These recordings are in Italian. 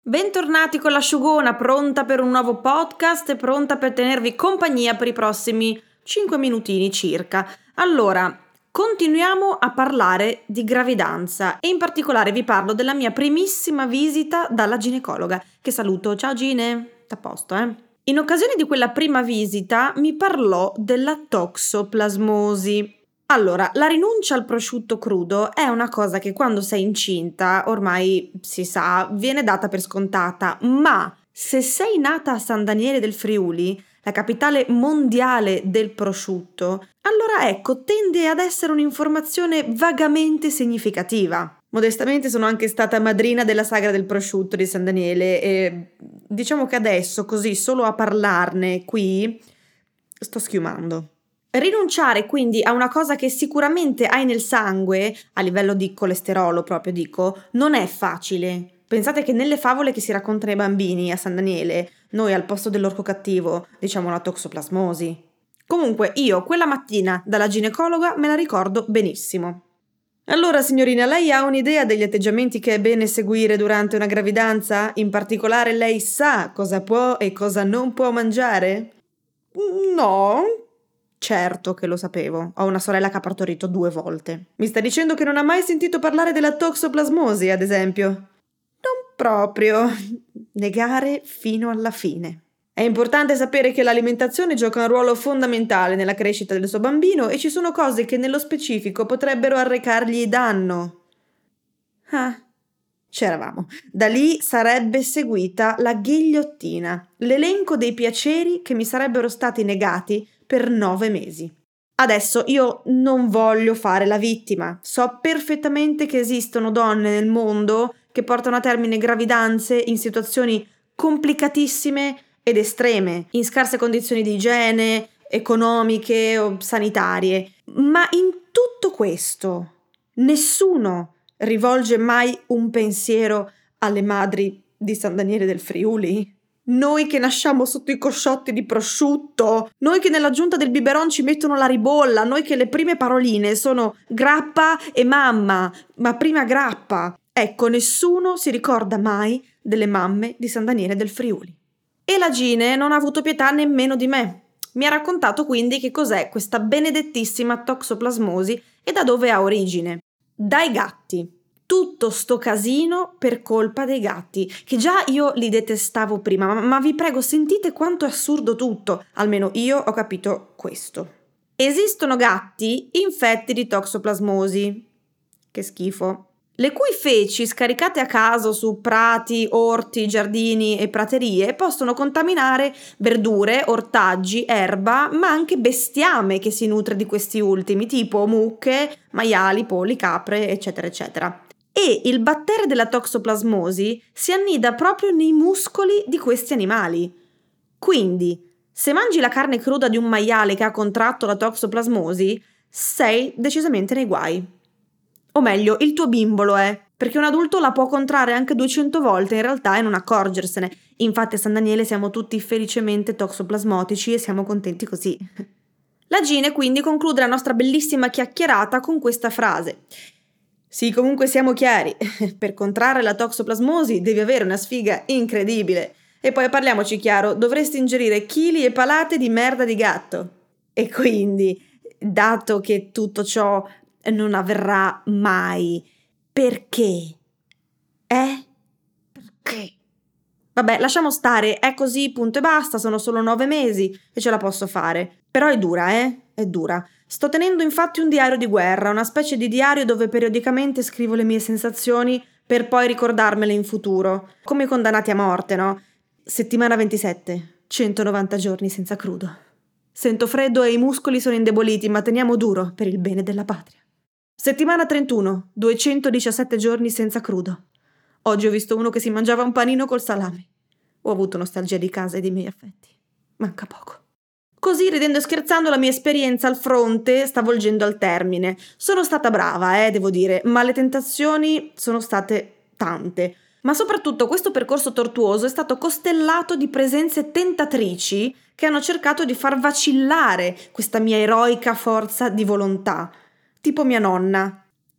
Bentornati con l'asciugona, pronta per un nuovo podcast e pronta per tenervi compagnia per i prossimi 5 minutini circa. Allora, continuiamo a parlare di gravidanza e in particolare vi parlo della mia primissima visita dalla ginecologa, che saluto. Ciao Gine, a posto, eh? In occasione di quella prima visita mi parlò della toxoplasmosi. Allora, la rinuncia al prosciutto crudo è una cosa che quando sei incinta, ormai si sa, viene data per scontata, ma se sei nata a San Daniele del Friuli, la capitale mondiale del prosciutto, allora ecco, tende ad essere un'informazione vagamente significativa. Modestamente sono anche stata madrina della sagra del prosciutto di San Daniele e diciamo che adesso, così, solo a parlarne qui, sto schiumando. Rinunciare quindi a una cosa che sicuramente hai nel sangue, a livello di colesterolo proprio dico, non è facile. Pensate che nelle favole che si raccontano ai bambini a San Daniele, noi al posto dell'orco cattivo diciamo la toxoplasmosi. Comunque io quella mattina dalla ginecologa me la ricordo benissimo. Allora signorina, lei ha un'idea degli atteggiamenti che è bene seguire durante una gravidanza? In particolare lei sa cosa può e cosa non può mangiare? No. Certo che lo sapevo, ho una sorella che ha partorito 2 volte. Mi sta dicendo che non ha mai sentito parlare della toxoplasmosi, ad esempio? Non proprio. Negare fino alla fine. È importante sapere che l'alimentazione gioca un ruolo fondamentale nella crescita del suo bambino e ci sono cose che nello specifico potrebbero arrecargli danno. Ah, c'eravamo. Da lì sarebbe seguita la ghigliottina, l'elenco dei piaceri che mi sarebbero stati negati per 9 mesi. Adesso io non voglio fare la vittima. So perfettamente che esistono donne nel mondo che portano a termine gravidanze in situazioni complicatissime ed estreme, in scarse condizioni di igiene, economiche o sanitarie. Ma in tutto questo nessuno rivolge mai un pensiero alle madri di San Daniele del Friuli? Noi che nasciamo sotto i cosciotti di prosciutto, noi che nell'aggiunta del biberon ci mettono la ribolla, noi che le prime paroline sono grappa e mamma, ma prima grappa. Ecco, nessuno si ricorda mai delle mamme di San Daniele del Friuli. E la Gine non ha avuto pietà nemmeno di me. Mi ha raccontato quindi che cos'è questa benedettissima toxoplasmosi e da dove ha origine. Dai gatti. Tutto sto casino per colpa dei gatti, che già io li detestavo prima, ma vi prego sentite quanto è assurdo tutto, almeno io ho capito questo. Esistono gatti infetti di toxoplasmosi, che schifo, le cui feci scaricate a caso su prati, orti, giardini e praterie possono contaminare verdure, ortaggi, erba, ma anche bestiame che si nutre di questi ultimi, tipo mucche, maiali, polli, capre, eccetera, eccetera. E il batterio della toxoplasmosi si annida proprio nei muscoli di questi animali. Quindi, se mangi la carne cruda di un maiale che ha contratto la toxoplasmosi, sei decisamente nei guai. O meglio, il tuo bimbolo perché un adulto la può contrarre anche 200 volte in realtà e non accorgersene. Infatti a San Daniele siamo tutti felicemente toxoplasmotici e siamo contenti così. La Gine quindi conclude la nostra bellissima chiacchierata con questa frase. Sì, comunque siamo chiari, per contrarre la toxoplasmosi devi avere una sfiga incredibile. E poi parliamoci chiaro, dovresti ingerire chili e palate di merda di gatto. E quindi, dato che tutto ciò non avverrà mai, perché? Perché? Vabbè, lasciamo stare, è così, punto e basta, sono solo 9 mesi e ce la posso fare. Però è dura, È dura. Sto tenendo infatti un diario di guerra, una specie di diario dove periodicamente scrivo le mie sensazioni per poi ricordarmele in futuro. Come i condannati a morte, no? Settimana 27, 190 giorni senza crudo. Sento freddo e i muscoli sono indeboliti, ma teniamo duro per il bene della patria. Settimana 31, 217 giorni senza crudo. Oggi ho visto uno che si mangiava un panino col salame. Ho avuto nostalgia di casa e dei miei affetti. Manca poco. Così, ridendo e scherzando, la mia esperienza al fronte sta volgendo al termine. Sono stata brava, devo dire, ma le tentazioni sono state tante. Ma soprattutto questo percorso tortuoso è stato costellato di presenze tentatrici che hanno cercato di far vacillare questa mia eroica forza di volontà. Tipo mia nonna.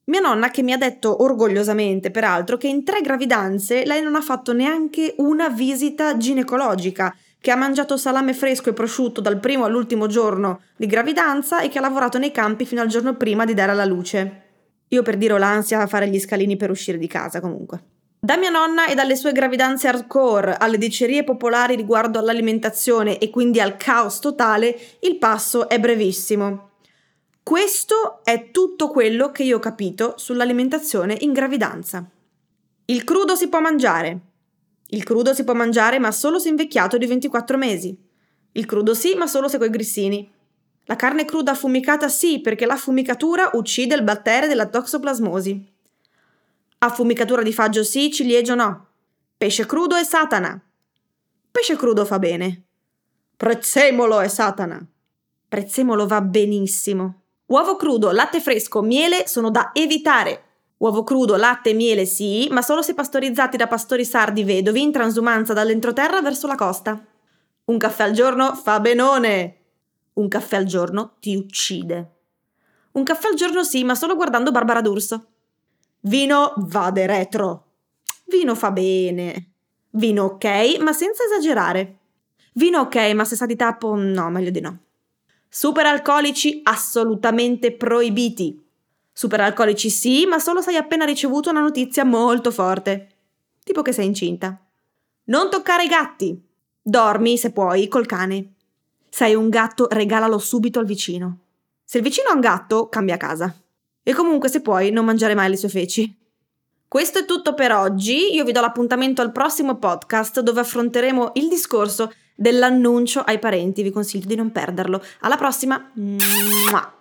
Mia nonna che mi ha detto orgogliosamente, peraltro, che in 3 gravidanze lei non ha fatto neanche una visita ginecologica, che ha mangiato salame fresco e prosciutto dal primo all'ultimo giorno di gravidanza e che ha lavorato nei campi fino al giorno prima di dare alla luce. Io per dire ho l'ansia a fare gli scalini per uscire di casa, comunque. Da mia nonna e dalle sue gravidanze hardcore alle dicerie popolari riguardo all'alimentazione e quindi al caos totale, il passo è brevissimo. Questo è tutto quello che io ho capito sull'alimentazione in gravidanza. Il crudo si può mangiare. Il crudo si può mangiare ma solo se invecchiato di 24 mesi. Il crudo sì, ma solo se coi grissini. La carne cruda affumicata sì, perché l'affumicatura uccide il batterio della toxoplasmosi. Affumicatura di faggio sì, ciliegio no. Pesce crudo è Satana. Pesce crudo fa bene. Prezzemolo è Satana. Prezzemolo va benissimo. Uovo crudo, latte fresco, miele sono da evitare. Uovo crudo, latte e miele sì, ma solo se pastorizzati da pastori sardi vedovi in transumanza dall'entroterra verso la costa. Un caffè al giorno fa benone. Un caffè al giorno ti uccide. Un caffè al giorno sì, ma solo guardando Barbara D'Urso. Vino vade retro. Vino fa bene. Vino ok, ma senza esagerare. Vino ok, ma se sa di tappo, no, meglio di no. Superalcolici assolutamente proibiti. Superalcolici sì, ma solo se hai appena ricevuto una notizia molto forte. Tipo che sei incinta. Non toccare i gatti. Dormi, se puoi, col cane. Se hai un gatto, regalalo subito al vicino. Se il vicino ha un gatto, cambia casa. E comunque, se puoi, non mangiare mai le sue feci. Questo è tutto per oggi. Io vi do l'appuntamento al prossimo podcast dove affronteremo il discorso dell'annuncio ai parenti. Vi consiglio di non perderlo. Alla prossima! Mua!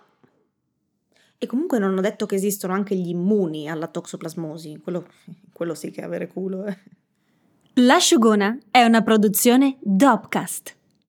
E comunque non ho detto che esistono anche gli immuni alla toxoplasmosi. Quello sì che è avere culo. L'Asciugona è una produzione Dopcast.